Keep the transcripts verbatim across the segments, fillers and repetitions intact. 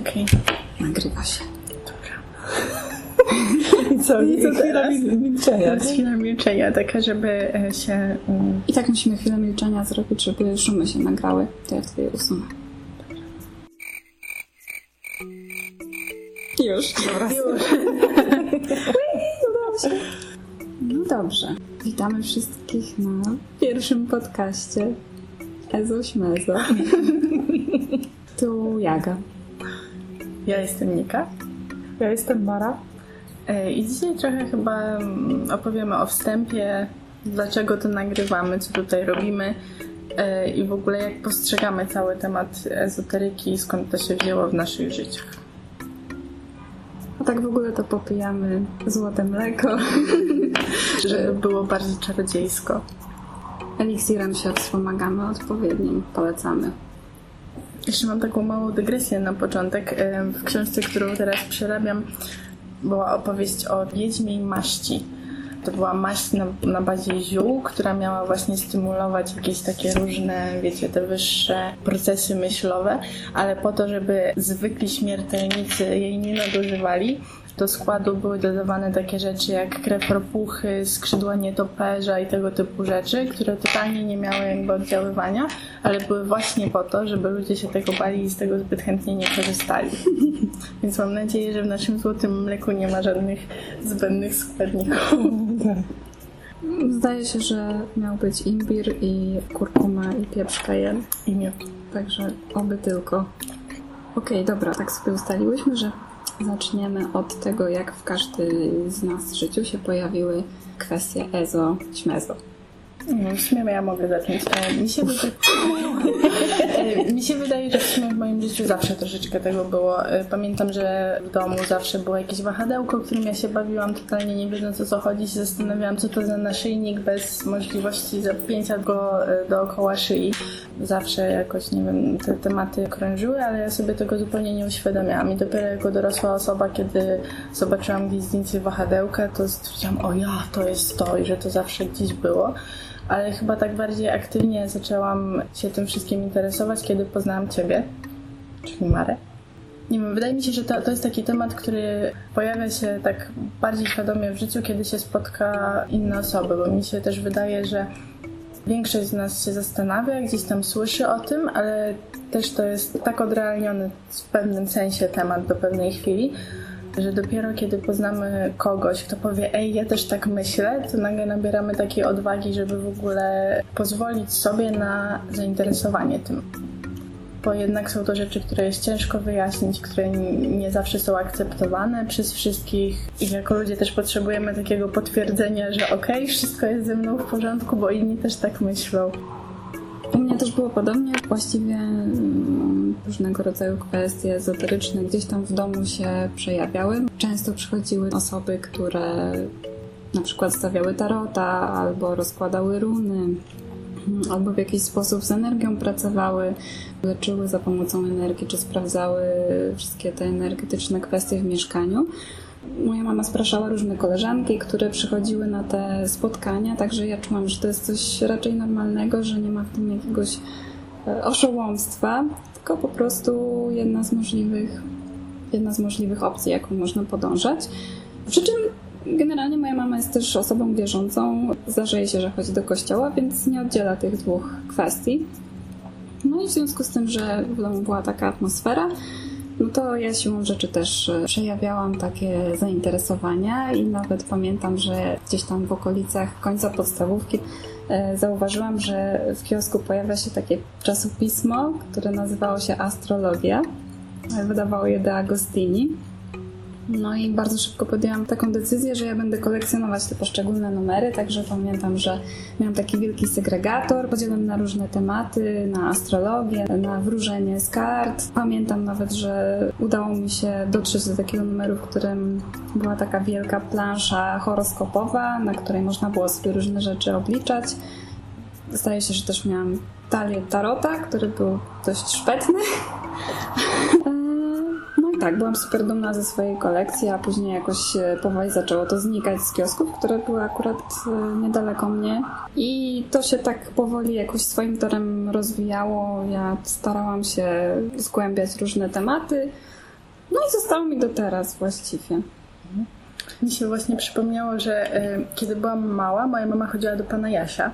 Okej. Okay. Nagrywa się. Dobra. I co? I co chwila milczenia. Jest chwila milczenia, taka, żeby się... Um... I tak musimy chwilę milczenia zrobić, żeby szumy się nagrały. To ja wtedy usunę. Już. Dobra. Już. No dobrze. Witamy wszystkich na pierwszym podcaście Ezo Śmezo. Tu Jaga. Ja jestem Nika. Ja jestem Mara. I dzisiaj trochę chyba opowiemy o wstępie, dlaczego to nagrywamy, co tutaj robimy i w ogóle jak postrzegamy cały temat ezoteryki i skąd to się wzięło w naszych życiach. A tak w ogóle to popijamy złote mleko. Żeby było bardziej czarodziejsko. Eliksirem się wspomagamy odpowiednim, polecamy. Jeszcze mam taką małą dygresję na początek. W książce, którą teraz przerabiam, była opowieść o wiedźmiej maści. To była maść na, na bazie ziół, która miała właśnie stymulować jakieś takie różne, wiecie, te wyższe procesy myślowe, ale po to, żeby zwykli śmiertelnicy jej nie nadużywali, do składu były dodawane takie rzeczy jak krew ropuchy, skrzydła nietoperza i tego typu rzeczy, które totalnie nie miały jakby oddziaływania, ale były właśnie po to, żeby ludzie się tego bali i z tego zbyt chętnie nie korzystali. Więc mam nadzieję, że w naszym złotym mleku nie ma żadnych zbędnych składników. Zdaje się, że miał być imbir i kurkuma i pieprz kajen. I miód. Także oby tylko. Okej, okay, dobra, tak sobie ustaliłyśmy, że zaczniemy od tego, jak w każdej z nas w życiu się pojawiły kwestie ezo, śmezo. W sumie ja mogę zacząć. Mi się, wydaje, mi się wydaje, że w sumie w moim życiu zawsze troszeczkę tego było. Pamiętam, że w domu zawsze było jakieś wahadełko, którym ja się bawiłam, totalnie nie wiedząc, o co chodzi. Się zastanawiałam, co to za naszyjnik bez możliwości zapięcia go dookoła szyi. Zawsze jakoś, nie wiem, te tematy krążyły, ale ja sobie tego zupełnie nie uświadamiałam. I dopiero jako dorosła osoba, kiedy zobaczyłam gdzieś zdjęcie wahadełka, to stwierdziłam, o ja, to jest to i że to zawsze gdzieś było. Ale chyba tak bardziej aktywnie zaczęłam się tym wszystkim interesować, kiedy poznałam Ciebie, czyli Marę. Nie wiem, wydaje mi się, że to, to jest taki temat, który pojawia się tak bardziej świadomie w życiu, kiedy się spotka inne osoby, bo mi się też wydaje, że większość z nas się zastanawia, gdzieś tam słyszy o tym, ale też to jest tak odrealniony w pewnym sensie temat do pewnej chwili, że dopiero kiedy poznamy kogoś, kto powie, ej, ja też tak myślę, to nagle nabieramy takiej odwagi, żeby w ogóle pozwolić sobie na zainteresowanie tym. Bo jednak są to rzeczy, które jest ciężko wyjaśnić, które nie zawsze są akceptowane przez wszystkich i jako ludzie też potrzebujemy takiego potwierdzenia, że okej, okay, wszystko jest ze mną w porządku, bo inni też tak myślą. U mnie też było podobnie. Właściwie różnego rodzaju kwestie ezoteryczne gdzieś tam w domu się przejawiały. Często przychodziły osoby, które na przykład stawiały tarota albo rozkładały runy, albo w jakiś sposób z energią pracowały, leczyły za pomocą energii, czy sprawdzały wszystkie te energetyczne kwestie w mieszkaniu. Moja mama spraszała różne koleżanki, które przychodziły na te spotkania, także ja czułam, że to jest coś raczej normalnego, że nie ma w tym jakiegoś oszołomstwa, tylko po prostu jedna z możliwych, jedna z możliwych opcji, jaką można podążać. Przy czym generalnie moja mama jest też osobą wierzącą, zdarza się, że chodzi do kościoła, więc nie oddziela tych dwóch kwestii. No i w związku z tym, że w domu była taka atmosfera, no to ja siłą rzeczy też przejawiałam takie zainteresowania i nawet pamiętam, że gdzieś tam w okolicach końca podstawówki zauważyłam, że w kiosku pojawia się takie czasopismo, które nazywało się Astrologia. Wydawało je De Agostini. No i bardzo szybko podjęłam taką decyzję, że ja będę kolekcjonować te poszczególne numery, także pamiętam, że miałam taki wielki segregator podzielony na różne tematy, na astrologię, na wróżenie z kart. Pamiętam nawet, że udało mi się dotrzeć do takiego numeru, w którym była taka wielka plansza horoskopowa, na której można było sobie różne rzeczy obliczać. Zdaje się, że też miałam talię tarota, który był dość szpetny. Tak, byłam super dumna ze swojej kolekcji, a później jakoś powoli zaczęło to znikać z kiosków, które były akurat niedaleko mnie. I to się tak powoli jakoś swoim torem rozwijało. Ja starałam się zgłębiać różne tematy, No i zostało mi do teraz właściwie. Mi się właśnie przypomniało, że y, kiedy byłam mała, moja mama chodziła do pana Jasia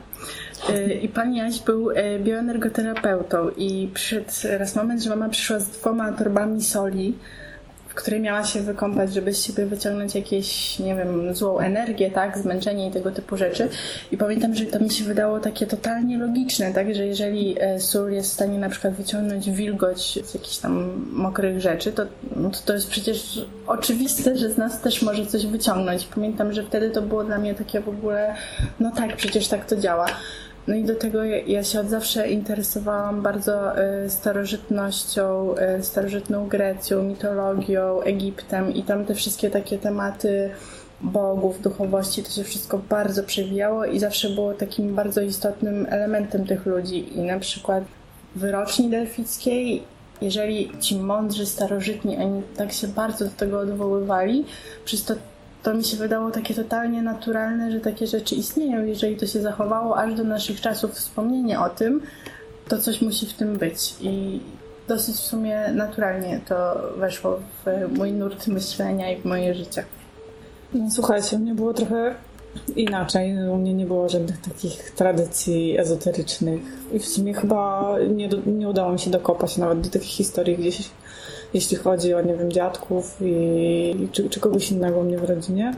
y, i pan Jaś był y, bioenergoterapeutą i przyszedł raz moment, że mama przyszła z dwoma torbami soli, w której miała się wykąpać, żeby z siebie wyciągnąć jakieś, nie wiem, złą energię, tak, zmęczenie i tego typu rzeczy. I pamiętam, że to mi się wydało takie totalnie logiczne, tak, że jeżeli sól jest w stanie na przykład wyciągnąć wilgoć z jakichś tam mokrych rzeczy, to, no to to jest przecież oczywiste, że z nas też może coś wyciągnąć. Pamiętam, że wtedy to było dla mnie takie w ogóle, no tak, przecież tak to działa. No i do tego ja się od zawsze interesowałam bardzo y, starożytnością, y, starożytną Grecją, mitologią, Egiptem i tam te wszystkie takie tematy bogów, duchowości, to się wszystko bardzo przewijało i zawsze było takim bardzo istotnym elementem tych ludzi. I na przykład w wyroczni delfickiej, jeżeli ci mądrzy, starożytni, oni tak się bardzo do tego odwoływali, przez to to mi się wydało takie totalnie naturalne, że takie rzeczy istnieją. Jeżeli to się zachowało aż do naszych czasów, wspomnienie o tym, to coś musi w tym być. I dosyć w sumie naturalnie to weszło w mój nurt myślenia i w moje życie. No, słuchajcie, u mnie było trochę inaczej. U mnie nie było żadnych takich tradycji ezoterycznych. I w sumie chyba nie, do, nie udało mi się dokopać nawet do tych historii gdzieś, jeśli chodzi o, nie wiem, dziadków i, czy, czy kogoś innego u mnie w rodzinie.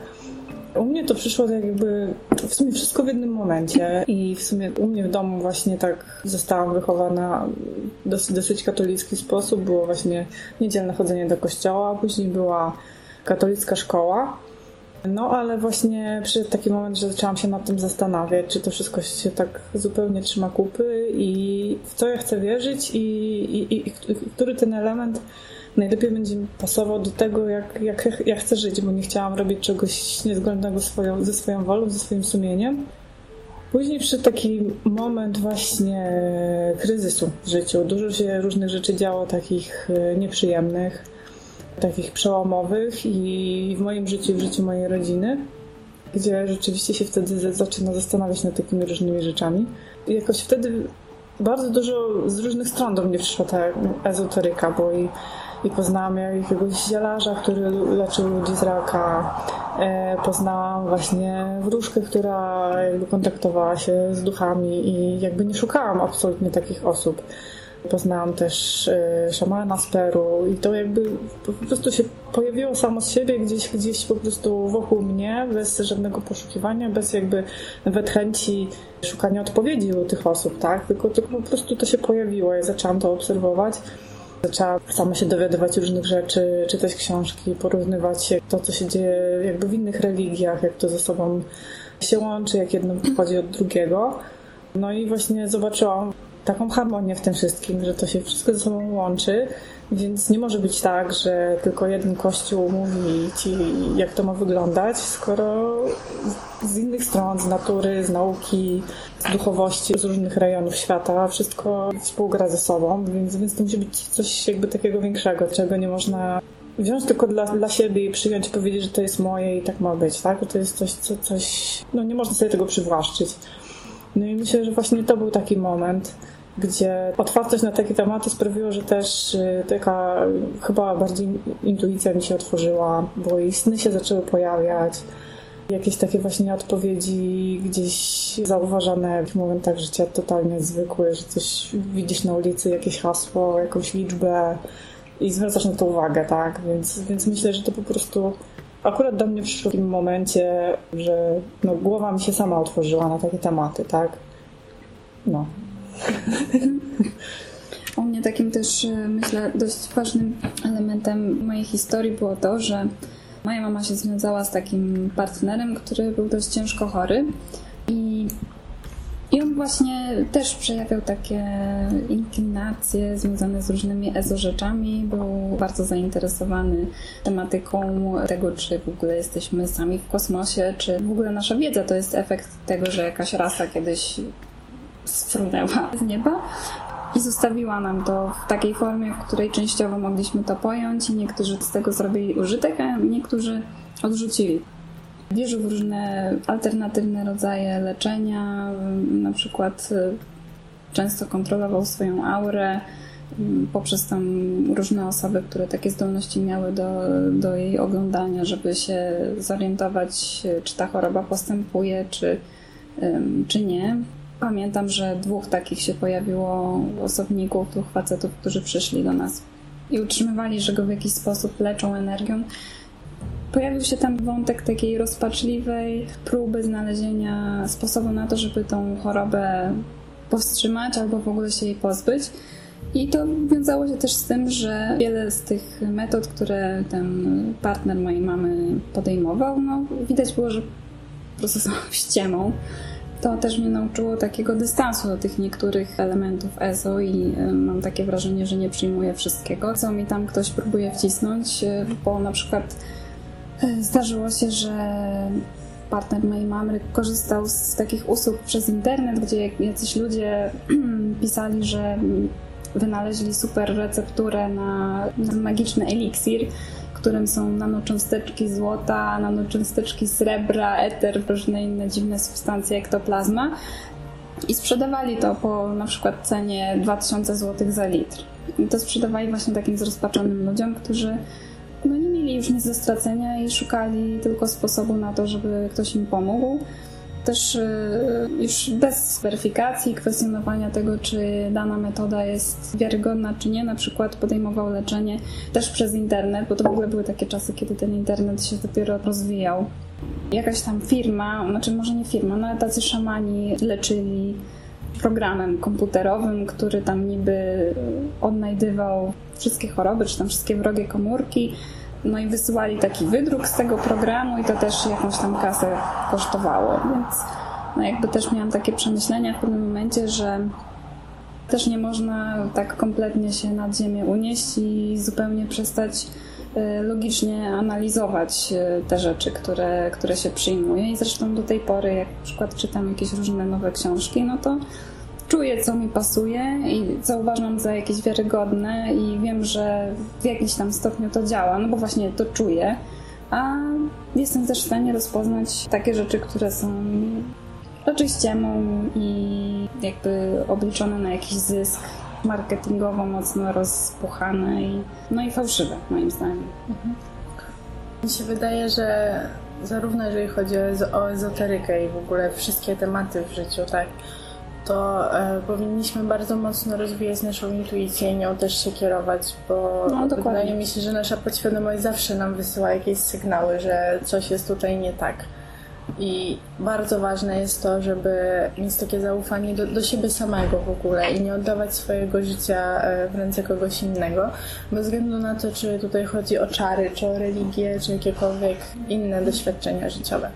U mnie to przyszło tak jakby w sumie wszystko w jednym momencie i w sumie u mnie w domu właśnie tak zostałam wychowana w dosyć, dosyć katolicki sposób. Było właśnie niedzielne chodzenie do kościoła, później była katolicka szkoła. No ale właśnie przyszedł taki moment, że zaczęłam się nad tym zastanawiać, czy to wszystko się tak zupełnie trzyma kupy i w co ja chcę wierzyć i, i, i, i który ten element najlepiej będzie mi pasował do tego, jak, jak ja chcę żyć, bo nie chciałam robić czegoś niezgodnego swoją, ze swoją wolą, ze swoim sumieniem. Później przyszedł taki moment właśnie kryzysu w życiu. Dużo się różnych rzeczy działo takich nieprzyjemnych, takich przełomowych i w moim życiu, i w życiu mojej rodziny, gdzie rzeczywiście się wtedy zaczyna zastanawiać nad takimi różnymi rzeczami. I jakoś wtedy bardzo dużo z różnych stron do mnie przyszła ta ezoteryka, bo i, i poznałam jakiegoś zielarza, który leczył ludzi z raka. E, poznałam właśnie wróżkę, która jakby kontaktowała się z duchami i jakby nie szukałam absolutnie takich osób. Poznałam też y, szamana z Peru i to jakby po prostu się pojawiło samo z siebie gdzieś, gdzieś po prostu wokół mnie, bez żadnego poszukiwania, bez jakby nawet chęci szukania odpowiedzi u tych osób, tak? Tylko, tylko po prostu to się pojawiło. Ja zaczęłam to obserwować. Zaczęłam sama się dowiadywać różnych rzeczy, czytać książki, porównywać to, co się dzieje jakby w innych religiach, jak to ze sobą się łączy, jak jedno pochodzi od drugiego. No i właśnie zobaczyłam taką harmonię w tym wszystkim, że to się wszystko ze sobą łączy, więc nie może być tak, że tylko jeden kościół mówi ci, jak to ma wyglądać, skoro z innych stron, z natury, z nauki, z duchowości, z różnych rejonów świata wszystko współgra ze sobą, więc, więc to musi być coś jakby takiego większego, czego nie można wziąć tylko dla, dla siebie i przyjąć i powiedzieć, że to jest moje i tak ma być, tak? To jest coś, co, coś, no nie można sobie tego przywłaszczyć. No i myślę, że właśnie to był taki moment, gdzie otwartość na takie tematy sprawiło, że też taka chyba bardziej intuicja mi się otworzyła, bo i sny się zaczęły pojawiać. Jakieś takie właśnie odpowiedzi gdzieś zauważane w momentach życia totalnie zwykłe, że coś widzisz na ulicy, jakieś hasło, jakąś liczbę i zwracasz na to uwagę, tak? Więc, więc myślę, że to po prostu akurat do mnie przyszło w takim momencie, że no, głowa mi się sama otworzyła na takie tematy, tak? No. U mnie takim też, myślę, dość ważnym elementem mojej historii było to, że moja mama się związała z takim partnerem, który był dość ciężko chory i, i on właśnie też przejawiał takie inklinacje związane z różnymi ezo-rzeczami. Był bardzo zainteresowany tematyką tego, czy w ogóle jesteśmy sami w kosmosie, czy w ogóle nasza wiedza to jest efekt tego, że jakaś rasa kiedyś sfrunęła z nieba i zostawiła nam to w takiej formie, w której częściowo mogliśmy to pojąć i niektórzy z tego zrobili użytek, a niektórzy odrzucili. Wierzył w różne alternatywne rodzaje leczenia, na przykład często kontrolował swoją aurę, poprzez tam różne osoby, które takie zdolności miały do, do jej oglądania, żeby się zorientować, czy ta choroba postępuje, czy, czy nie. Pamiętam, że dwóch takich się pojawiło osobników, dwóch facetów, którzy przyszli do nas i utrzymywali, że go w jakiś sposób leczą energią. Pojawił się tam wątek takiej rozpaczliwej próby znalezienia sposobu na to, żeby tą chorobę powstrzymać albo w ogóle się jej pozbyć. I to wiązało się też z tym, że wiele z tych metod, które ten partner mojej mamy podejmował, no widać było, że po prostu są ściemą. To też mnie nauczyło takiego dystansu do tych niektórych elementów E Z O i mam takie wrażenie, że nie przyjmuję wszystkiego, co mi tam ktoś próbuje wcisnąć, bo na przykład zdarzyło się, że partner mojej mamy korzystał z takich usług przez internet, gdzie jacyś ludzie pisali, że wynaleźli super recepturę na, na magiczny eliksir, w którym są nanocząsteczki złota, nanocząsteczki srebra, eter, różne inne dziwne substancje, ektoplazma, i sprzedawali to po na przykład cenie dwa tysiące złotych za litr. I to sprzedawali właśnie takim zrozpaczonym ludziom, którzy no nie mieli już nic do stracenia i szukali tylko sposobu na to, żeby ktoś im pomógł. Też już bez weryfikacji, kwestionowania tego, czy dana metoda jest wiarygodna, czy nie. Na przykład podejmował leczenie też przez internet, bo to w ogóle były takie czasy, kiedy ten internet się dopiero rozwijał. Jakaś tam firma, znaczy może nie firma, no ale tacy szamani leczyli programem komputerowym, który tam niby odnajdywał wszystkie choroby, czy tam wszystkie wrogie komórki. No i wysyłali taki wydruk z tego programu i to też jakąś tam kasę kosztowało, więc no jakby też miałam takie przemyślenia w pewnym momencie, że też nie można tak kompletnie się nad ziemię unieść i zupełnie przestać logicznie analizować te rzeczy, które, które się przyjmuje. I zresztą do tej pory, jak na przykład czytam jakieś różne nowe książki, no to czuję, co mi pasuje i co uważam za jakieś wiarygodne i wiem, że w jakimś tam stopniu to działa, no bo właśnie to czuję, a jestem też w stanie rozpoznać takie rzeczy, które są raczej ściemą i jakby obliczone na jakiś zysk, marketingowo mocno rozpuchane i, no i fałszywe, moim zdaniem. Mhm. Mi się wydaje, że zarówno jeżeli chodzi o ezoterykę i w ogóle wszystkie tematy w życiu, tak, to e, powinniśmy bardzo mocno rozwijać naszą intuicję i nią też się kierować, bo no, wydaje mi się, że nasza podświadomość zawsze nam wysyła jakieś sygnały, że coś jest tutaj nie tak. I bardzo ważne jest to, żeby mieć takie zaufanie do, do siebie samego w ogóle i nie oddawać swojego życia w ręce kogoś innego, bez względu na to, czy tutaj chodzi o czary, czy o religię, czy jakiekolwiek inne doświadczenia życiowe.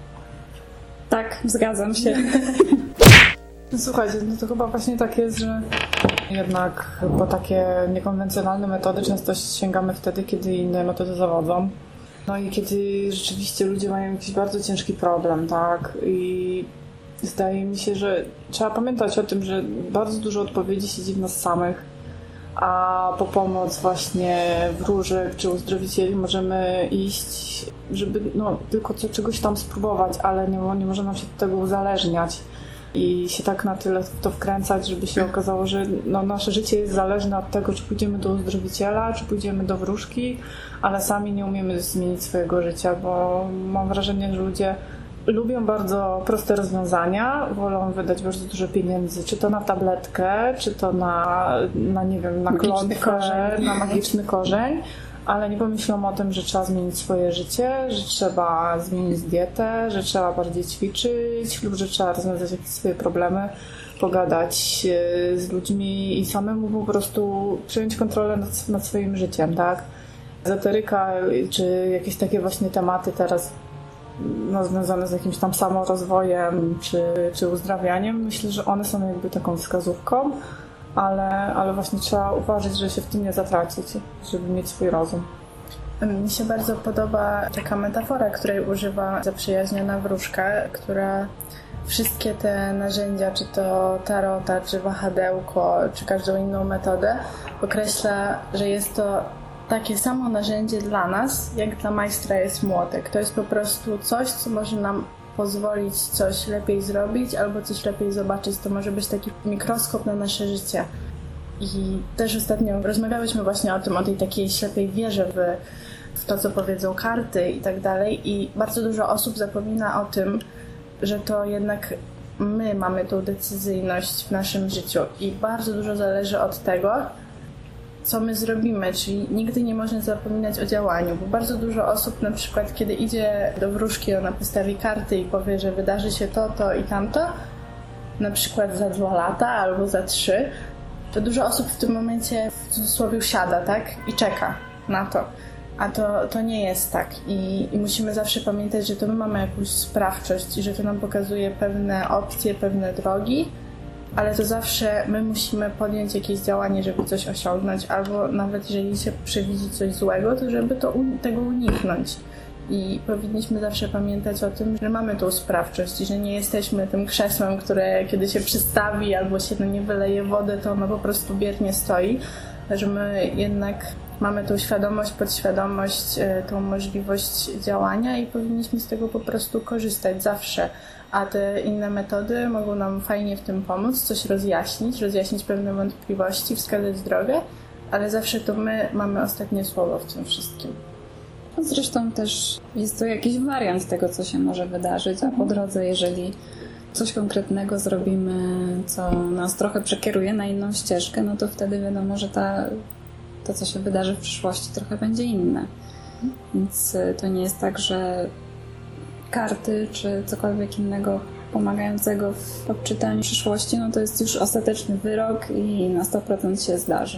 Tak, zgadzam się. Słuchajcie, no to chyba właśnie tak jest, że jednak po takie niekonwencjonalne metody często sięgamy wtedy, kiedy inne metody zawodzą. No i kiedy rzeczywiście ludzie mają jakiś bardzo ciężki problem, tak? I zdaje mi się, że trzeba pamiętać o tym, że bardzo dużo odpowiedzi siedzi w nas samych, a po pomoc właśnie wróżek czy uzdrowicieli możemy iść, żeby no, tylko co, czegoś tam spróbować, ale nie, nie może nam się od tego uzależniać i się tak na tyle w to wkręcać, żeby się okazało, że no, nasze życie jest zależne od tego, czy pójdziemy do uzdrowiciela, czy pójdziemy do wróżki, ale sami nie umiemy zmienić swojego życia, bo mam wrażenie, że ludzie lubią bardzo proste rozwiązania, wolą wydać bardzo dużo pieniędzy, czy to na tabletkę, czy to na, na nie wiem, na klątwę, na magiczny korzeń, ale nie pomyślą o tym, że trzeba zmienić swoje życie, że trzeba zmienić dietę, że trzeba bardziej ćwiczyć lub że trzeba rozwiązać jakieś swoje problemy, pogadać z ludźmi i samemu po prostu przejąć kontrolę nad, nad swoim życiem, tak? Ezoteryka czy jakieś takie właśnie tematy teraz no, związane z jakimś tam samorozwojem czy, czy uzdrawianiem, myślę, że one są jakby taką wskazówką, ale, ale właśnie trzeba uważać, że się w tym nie zatracić, żeby mieć swój rozum. Mi się bardzo podoba taka metafora, której używa zaprzyjaźniona wróżka, która wszystkie te narzędzia, czy to tarota, czy wahadełko, czy każdą inną metodę określa, że jest to takie samo narzędzie dla nas, jak dla majstra jest młotek. To jest po prostu coś, co może nam pozwolić coś lepiej zrobić albo coś lepiej zobaczyć. To może być taki mikroskop na nasze życie. I też ostatnio rozmawiałyśmy właśnie o tym, o tej takiej ślepej wierze w, w to, co powiedzą karty i tak dalej. I bardzo dużo osób zapomina o tym, że to jednak my mamy tą decyzyjność w naszym życiu i bardzo dużo zależy od tego, co my zrobimy, czyli nigdy nie można zapominać o działaniu, bo bardzo dużo osób na przykład, kiedy idzie do wróżki, ona postawi karty i powie, że wydarzy się to, to i tamto, na przykład za dwa lata albo za trzy, to dużo osób w tym momencie w cudzysłowie siada, tak? I czeka na to. A to, to nie jest tak. I, I musimy zawsze pamiętać, że to my mamy jakąś sprawczość i że to nam pokazuje pewne opcje, pewne drogi, ale to zawsze my musimy podjąć jakieś działanie, żeby coś osiągnąć, albo nawet jeżeli się przewidzi coś złego, to żeby to, tego uniknąć. I powinniśmy zawsze pamiętać o tym, że mamy tą sprawczość i że nie jesteśmy tym krzesłem, które kiedy się przystawi albo się na nie wyleje wodę, to ono po prostu biernie stoi, że my jednak mamy tą świadomość, podświadomość, tą możliwość działania i powinniśmy z tego po prostu korzystać zawsze. A te inne metody mogą nam fajnie w tym pomóc, coś rozjaśnić, rozjaśnić pewne wątpliwości, wskazać drogę, ale zawsze to my mamy ostatnie słowo w tym wszystkim. Zresztą też jest to jakiś wariant tego, co się może wydarzyć, a po drodze, jeżeli coś konkretnego zrobimy, co nas trochę przekieruje na inną ścieżkę, no to wtedy wiadomo, że ta, to, co się wydarzy w przyszłości, trochę będzie inne. Więc to nie jest tak, że karty czy cokolwiek innego pomagającego w odczytaniu przyszłości, no to jest już ostateczny wyrok i na sto procent się zdarzy.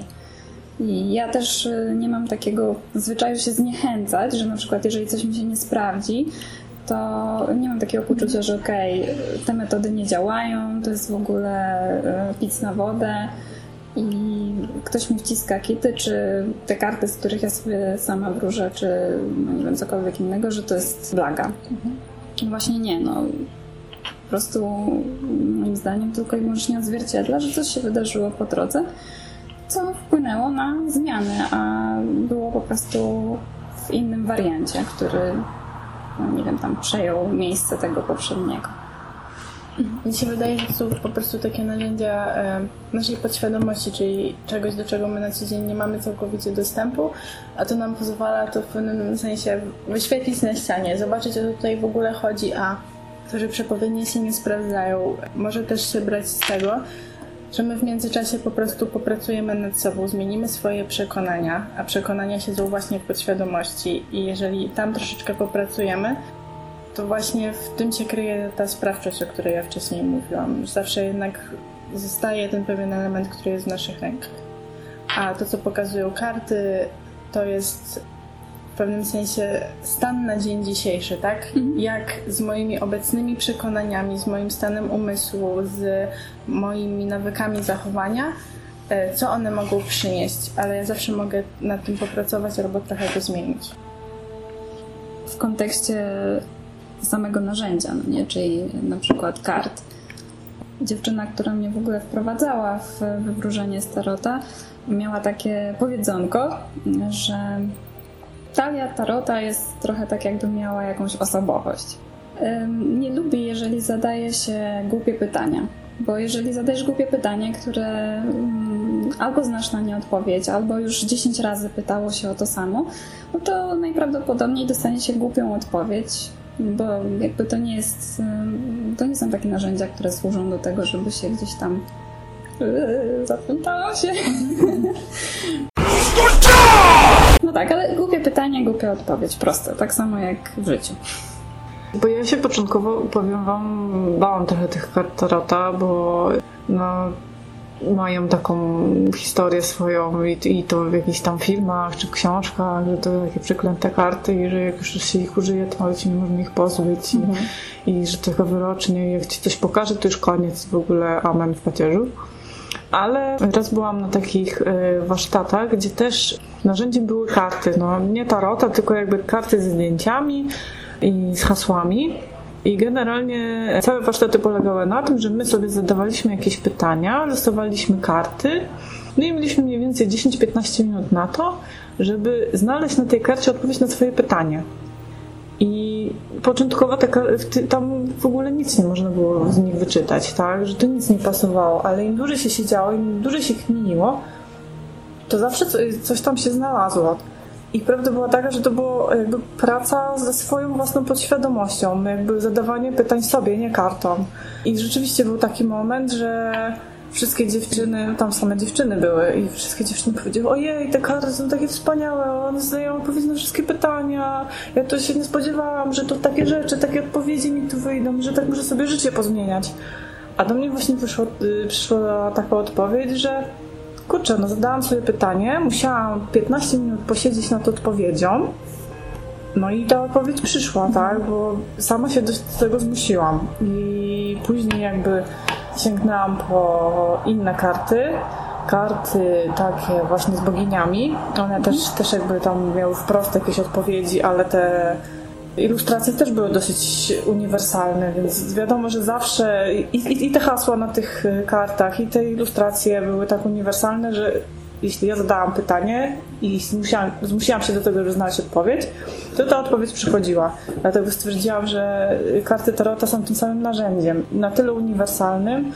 I ja też nie mam takiego zwyczaju się zniechęcać, że na przykład jeżeli coś mi się nie sprawdzi, to nie mam takiego poczucia, że okej, okay, te metody nie działają, to jest w ogóle pic na wodę i ktoś mi wciska kity, czy te karty, z których ja sobie sama wróżę, czy no nie wiem, cokolwiek innego, że to jest blaga. Mhm. Właśnie nie, no po prostu moim zdaniem tylko i wyłącznie odzwierciedla, że coś się wydarzyło po drodze, co wpłynęło na zmiany, a było po prostu w innym wariancie, który, no nie wiem, tam przejął miejsce tego poprzedniego. Mi się wydaje, że to są po prostu takie narzędzia naszej podświadomości, czyli czegoś, do czego my na co dzień nie mamy całkowicie dostępu, a to nam pozwala to w pewnym sensie wyświetlić na ścianie, zobaczyć, o co tutaj w ogóle chodzi, a to, że przepowiednie się nie sprawdzają, może też się brać z tego, że my w międzyczasie po prostu popracujemy nad sobą, zmienimy swoje przekonania, a przekonania siedzą właśnie w podświadomości i jeżeli tam troszeczkę popracujemy, to właśnie w tym się kryje ta sprawczość, o której ja wcześniej mówiłam. Zawsze jednak zostaje ten pewien element, który jest w naszych rękach. A to, co pokazują karty, to jest w pewnym sensie stan na dzień dzisiejszy, tak? Mhm. Jak z moimi obecnymi przekonaniami, z moim stanem umysłu, z moimi nawykami zachowania, co one mogą przynieść, ale ja zawsze mogę nad tym popracować albo trochę to zmienić. W kontekście samego narzędzia, no nie? Czyli na przykład kart. Dziewczyna, która mnie w ogóle wprowadzała w wywróżenie z tarota, miała takie powiedzonko, że talia tarota jest trochę tak, jakby miała jakąś osobowość. Nie lubi, jeżeli zadaje się głupie pytania, bo jeżeli zadajesz głupie pytanie, które albo znasz na nie odpowiedź, albo już dziesięć razy pytało się o to samo, no to najprawdopodobniej dostanie się głupią odpowiedź, bo jakby to nie jest, to nie są takie narzędzia, które służą do tego, żeby się gdzieś tam zapętało się. No tak, ale głupie pytanie, głupia odpowiedź, proste, tak samo jak w życiu. Bo ja się początkowo, powiem wam, bałam trochę tych kart tarota, bo no, mają taką historię swoją i, i to w jakichś tam filmach czy książkach, że to takie przeklęte karty i że jak już się ich użyje, to nawet się nie można ich pozbyć mhm. i, i że tylko wyrocznie, jak ci coś pokaże, to już koniec, w ogóle amen w pacierzu. Ale raz byłam na takich warsztatach, gdzie też narzędziem były karty, no nie tarota, tylko jakby karty ze zdjęciami i z hasłami. I generalnie całe warsztaty polegały na tym, że my sobie zadawaliśmy jakieś pytania, rysowaliśmy karty, no i mieliśmy mniej więcej dziesięć do piętnastu minut na to, żeby znaleźć na tej karcie odpowiedź na swoje pytanie. I początkowo taka, tam w ogóle nic nie można było z nich wyczytać, tak? Że to nic nie pasowało, ale im dłużej się siedziało, im dłużej się kminiło, to zawsze coś tam się znalazło. I prawda była taka, że to było jakby praca ze swoją własną podświadomością, jakby zadawanie pytań sobie, nie kartom. I rzeczywiście był taki moment, że wszystkie dziewczyny, tam same dziewczyny były i wszystkie dziewczyny powiedziały: ojej, te karty są takie wspaniałe, one zdają odpowiedzi na wszystkie pytania, ja to się nie spodziewałam, że to takie rzeczy, takie odpowiedzi mi tu wyjdą, że tak muszę sobie życie pozmieniać. A do mnie właśnie wyszło, przyszła taka odpowiedź, że kurczę, no zadałam sobie pytanie, musiałam piętnaście minut posiedzieć nad odpowiedzią, no i ta odpowiedź przyszła, tak, bo sama się do tego zmusiłam. I później jakby sięgnęłam po inne karty, karty takie właśnie z boginiami. One też, też jakby tam miały wprost jakieś odpowiedzi, ale te ilustracje też były dosyć uniwersalne, więc wiadomo, że zawsze i, i, i te hasła na tych kartach, i te ilustracje były tak uniwersalne, że jeśli ja zadałam pytanie i zmusiłam, zmusiłam się do tego, żeby znaleźć odpowiedź, to ta odpowiedź przychodziła. Dlatego stwierdziłam, że karty Tarota są tym samym narzędziem, na tyle uniwersalnym,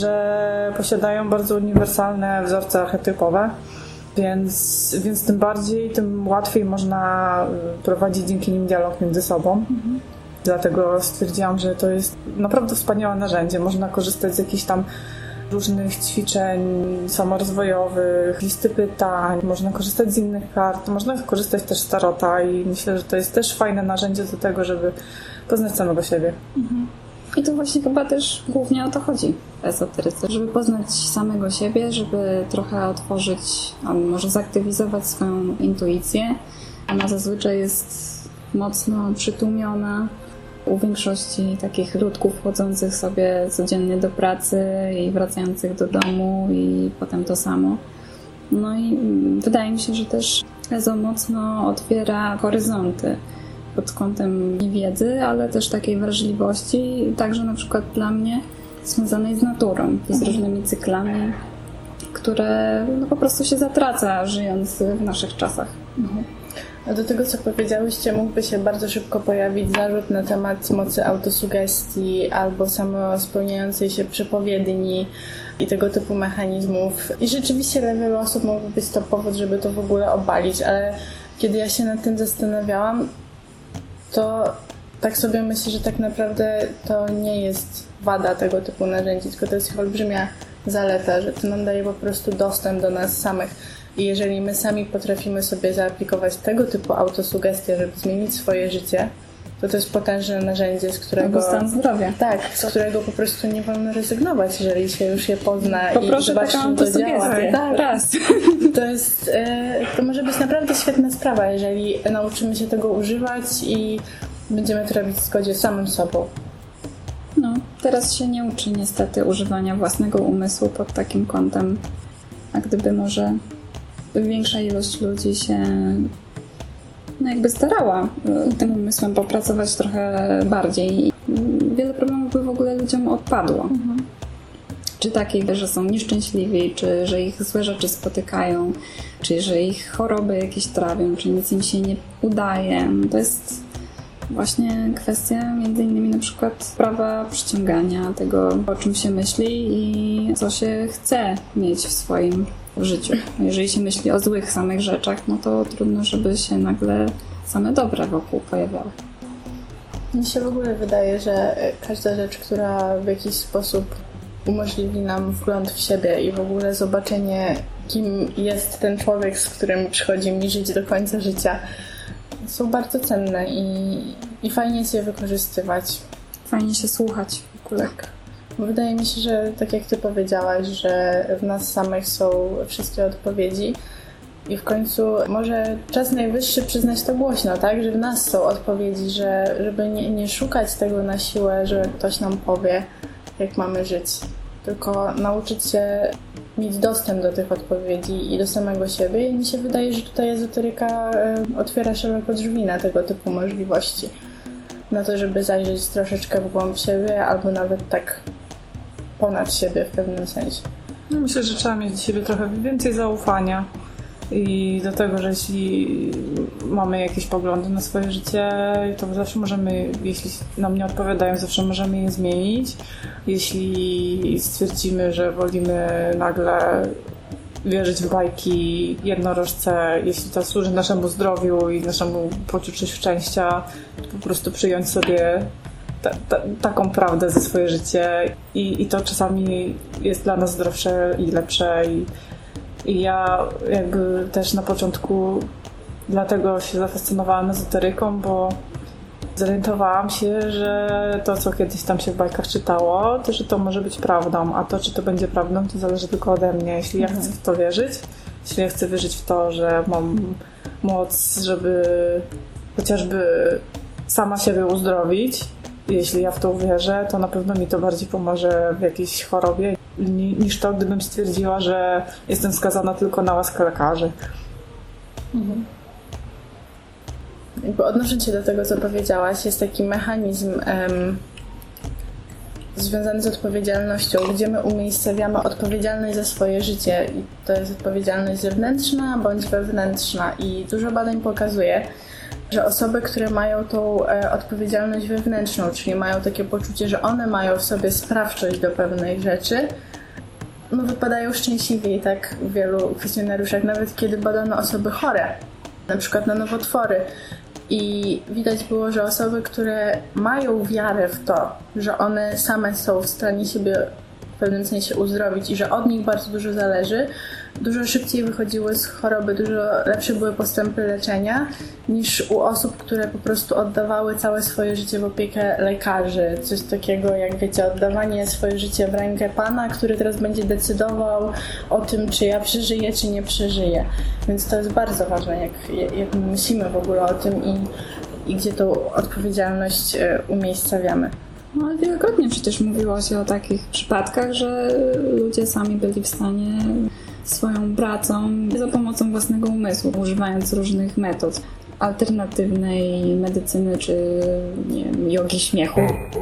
że posiadają bardzo uniwersalne wzorce archetypowe, więc, więc tym bardziej, tym łatwiej można prowadzić dzięki nim dialog między sobą. Mhm. Dlatego stwierdziłam, że to jest naprawdę wspaniałe narzędzie. Można korzystać z jakichś tam różnych ćwiczeń samorozwojowych, listy pytań, można korzystać z innych kart, można korzystać też z Tarota i myślę, że to jest też fajne narzędzie do tego, żeby poznać samego siebie. Mhm. I to właśnie chyba też głównie o to chodzi w ezoteryce, żeby poznać samego siebie, żeby trochę otworzyć, a może zaktywizować swoją intuicję. Ona zazwyczaj jest mocno przytłumiona u większości takich ludków chodzących sobie codziennie do pracy i wracających do domu i potem to samo. No i wydaje mi się, że też ezo mocno otwiera horyzonty pod kątem wiedzy, ale też takiej wrażliwości, także na przykład dla mnie związanej z naturą i z różnymi cyklami, które no, po prostu się zatraca, żyjąc w naszych czasach. Mhm. A do tego, co powiedziałyście, mógłby się bardzo szybko pojawić zarzut na temat mocy autosugestii albo samospełniającej się przepowiedni i tego typu mechanizmów. I rzeczywiście dla wielu osób mógłby być to powód, żeby to w ogóle obalić, ale kiedy ja się nad tym zastanawiałam, to tak sobie myślę, że tak naprawdę to nie jest wada tego typu narzędzi, tylko to jest ich olbrzymia zaleta, że to nam daje po prostu dostęp do nas samych. I jeżeli my sami potrafimy sobie zaaplikować tego typu autosugestię, żeby zmienić swoje życie, to to jest potężne narzędzie, z którego... Albo stan zdrowia. Tak, z którego po prostu nie wolno rezygnować, jeżeli się już je pozna Poproszę i zobaczy, taką czym to działa. Tak, raz. To jest, to może być naprawdę świetna sprawa, jeżeli nauczymy się tego używać i będziemy to robić w zgodzie z samym sobą. No, teraz się nie uczy niestety używania własnego umysłu pod takim kątem, a gdyby może większa ilość ludzi się no jakby starała tym umysłem popracować trochę bardziej. Wiele problemów by w ogóle ludziom odpadło. Mhm. Czy takich, że są nieszczęśliwi, czy że ich złe rzeczy spotykają, czy że ich choroby jakieś trawią, czy nic im się nie udaje. To jest właśnie kwestia między innymi na przykład prawa przyciągania tego, o czym się myśli i co się chce mieć w swoim życiu. Jeżeli się myśli o złych samych rzeczach, no to trudno, żeby się nagle same dobre wokół pojawiały. Mi się w ogóle wydaje, że każda rzecz, która w jakiś sposób umożliwi nam wgląd w siebie i w ogóle zobaczenie, kim jest ten człowiek, z którym przychodzi mi żyć do końca życia, są bardzo cenne i, i fajnie jest je wykorzystywać. Fajnie się słuchać w ogóle. Tak. Wydaje mi się, że tak jak ty powiedziałaś, że w nas samych są wszystkie odpowiedzi i w końcu może czas najwyższy przyznać to głośno, tak? Że w nas są odpowiedzi, że żeby nie, nie szukać tego na siłę, że ktoś nam powie, jak mamy żyć, tylko nauczyć się mieć dostęp do tych odpowiedzi i do samego siebie i mi się wydaje, że tutaj ezoteryka otwiera szeroko drzwi na tego typu możliwości. Na to, żeby zajrzeć troszeczkę w głąb siebie albo nawet tak ponad siebie w pewnym sensie. No myślę, że trzeba mieć do siebie trochę więcej zaufania I do tego, że jeśli mamy jakieś poglądy na swoje życie, to zawsze możemy, jeśli nam nie odpowiadają, zawsze możemy je zmienić. Jeśli stwierdzimy, że wolimy nagle wierzyć w bajki jednorożce, jeśli to służy naszemu zdrowiu i naszemu poczuciu szczęścia, to po prostu przyjąć sobie ta, ta, taką prawdę za swoje życie i, i to czasami jest dla nas zdrowsze i lepsze. I, i ja jakby też na początku dlatego się zafascynowałam ezoteryką, bo zorientowałam się, że to, co kiedyś tam się w bajkach czytało, to, że to może być prawdą, a to, czy to będzie prawdą, to zależy tylko ode mnie. Jeśli ja chcę w to wierzyć, jeśli ja chcę wierzyć w to, że mam moc, żeby chociażby sama siebie uzdrowić, jeśli ja w to uwierzę, to na pewno mi to bardziej pomoże w jakiejś chorobie, niż to, gdybym stwierdziła, że jestem skazana tylko na łaskę lekarzy. Mhm. Jakby odnosząc się do tego, co powiedziałaś, jest taki mechanizm um, związany z odpowiedzialnością, gdzie my umiejscawiamy odpowiedzialność za swoje życie i to jest odpowiedzialność zewnętrzna bądź wewnętrzna i dużo badań pokazuje, że osoby, które mają tą e, odpowiedzialność wewnętrzną, czyli mają takie poczucie, że one mają w sobie sprawczość do pewnej rzeczy, no wypadają szczęśliwiej, tak w wielu kwestionariuszach, nawet kiedy badano osoby chore, na przykład na nowotwory. I widać było, że osoby, które mają wiarę w to, że one same są w stanie siebie w pewnym sensie uzdrowić i że od nich bardzo dużo zależy, dużo szybciej wychodziły z choroby, dużo lepsze były postępy leczenia niż u osób, które po prostu oddawały całe swoje życie w opiekę lekarzy. Coś takiego jak, wiecie, oddawanie swoje życie w rękę Pana, który teraz będzie decydował o tym, czy ja przeżyję, czy nie przeżyję. Więc to jest bardzo ważne, jak, jak my myślimy w ogóle o tym i, i gdzie tą odpowiedzialność umiejscawiamy. No ale wielokrotnie przecież mówiło się o takich przypadkach, że ludzie sami byli w stanie swoją pracą, za pomocą własnego umysłu, używając różnych metod alternatywnej medycyny, czy nie wiem, jogi śmiechu,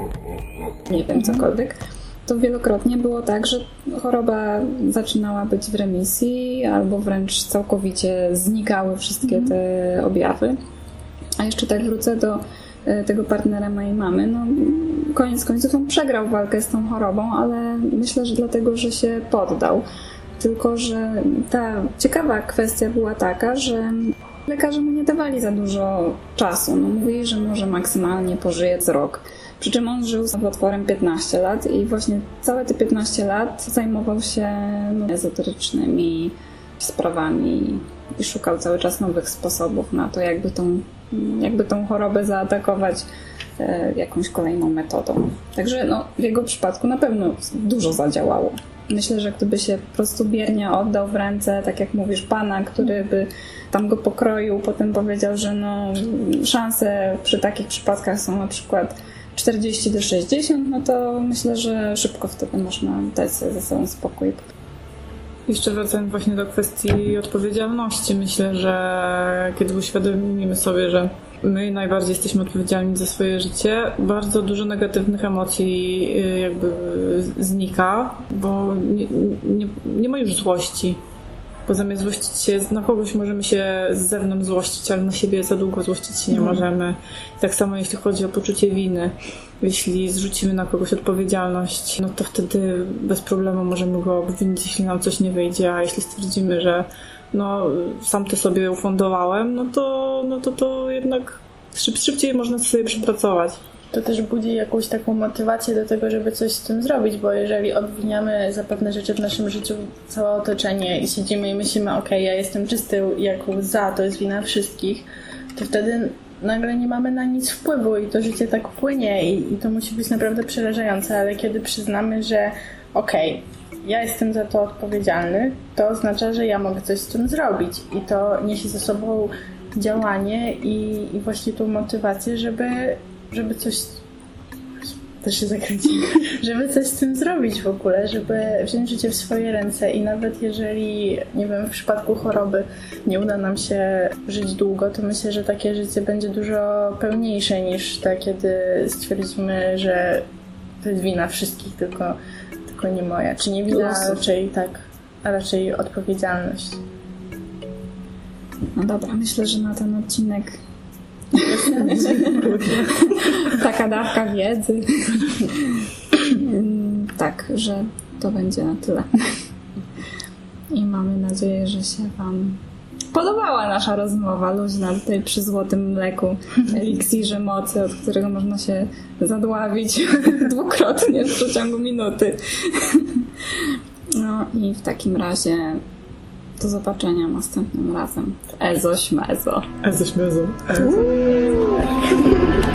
nie wiem, cokolwiek, to wielokrotnie było tak, że choroba zaczynała być w remisji albo wręcz całkowicie znikały wszystkie te objawy. A jeszcze tak wrócę do tego partnera mojej mamy, no koniec końców on przegrał walkę z tą chorobą, ale myślę, że dlatego, że się poddał. Tylko że ta ciekawa kwestia była taka, że lekarze mu nie dawali za dużo czasu. No, mówili, że może maksymalnie pożyje z rok. Przy czym on żył z nowotworem piętnaście lat i właśnie całe te piętnaście lat zajmował się no, ezoterycznymi sprawami i szukał cały czas nowych sposobów na to, jakby tą, jakby tą chorobę zaatakować e, jakąś kolejną metodą. Także no, w jego przypadku na pewno dużo zadziałało. Myślę, że gdyby się po prostu biernie oddał w ręce, tak jak mówisz, Pana, który by tam go pokroił, potem powiedział, że no, szanse przy takich przypadkach są na przykład czterdzieści do sześćdziesięciu, no to myślę, że szybko wtedy można dać sobie ze sobą spokój. Jeszcze wracając właśnie do kwestii odpowiedzialności, myślę, że kiedy uświadomimy sobie, że my najbardziej jesteśmy odpowiedzialni za swoje życie, bardzo dużo negatywnych emocji jakby znika, bo nie, nie, nie ma już złości. Bo zamiast złościć się na kogoś, możemy się z zewnątrz złościć, ale na siebie za długo złościć się nie mm. możemy. Tak samo jeśli chodzi o poczucie winy. Jeśli zrzucimy na kogoś odpowiedzialność, no to wtedy bez problemu możemy go obwinić, jeśli nam coś nie wyjdzie, a jeśli stwierdzimy, że no sam to sobie ufundowałem, no to, no to, to jednak szyb, szybciej można sobie przepracować. To też budzi jakąś taką motywację do tego, żeby coś z tym zrobić, bo jeżeli obwiniamy za pewne rzeczy w naszym życiu całe otoczenie i siedzimy i myślimy, okej, okay, ja jestem czysty jak łza, to jest wina wszystkich, to wtedy nagle nie mamy na nic wpływu i to życie tak płynie i, i to musi być naprawdę przerażające, ale kiedy przyznamy, że okej, okay, ja jestem za to odpowiedzialny, to oznacza, że ja mogę coś z tym zrobić i to niesie ze sobą działanie i, i właśnie tą motywację, żeby żeby coś też się zakręci, żeby coś z tym zrobić w ogóle, żeby wziąć życie w swoje ręce i nawet jeżeli, nie wiem, w przypadku choroby nie uda nam się żyć długo, to myślę, że takie życie będzie dużo pełniejsze niż te, kiedy stwierdzimy, że to jest wina wszystkich, tylko, tylko nie moja. Czy nie wina, a raczej tak, a raczej odpowiedzialność. No dobra, myślę, że na ten odcinek taka dawka wiedzy. Tak, że to będzie na tyle. I mamy nadzieję, że się Wam podobała nasza rozmowa luźna tutaj przy złotym mleku, eliksirze mocy, od którego można się zadławić dwukrotnie w przeciągu minuty. No i w takim razie do zobaczenia następnym razem w Ezo Śmezo. Ezo Śmezo. Ezo.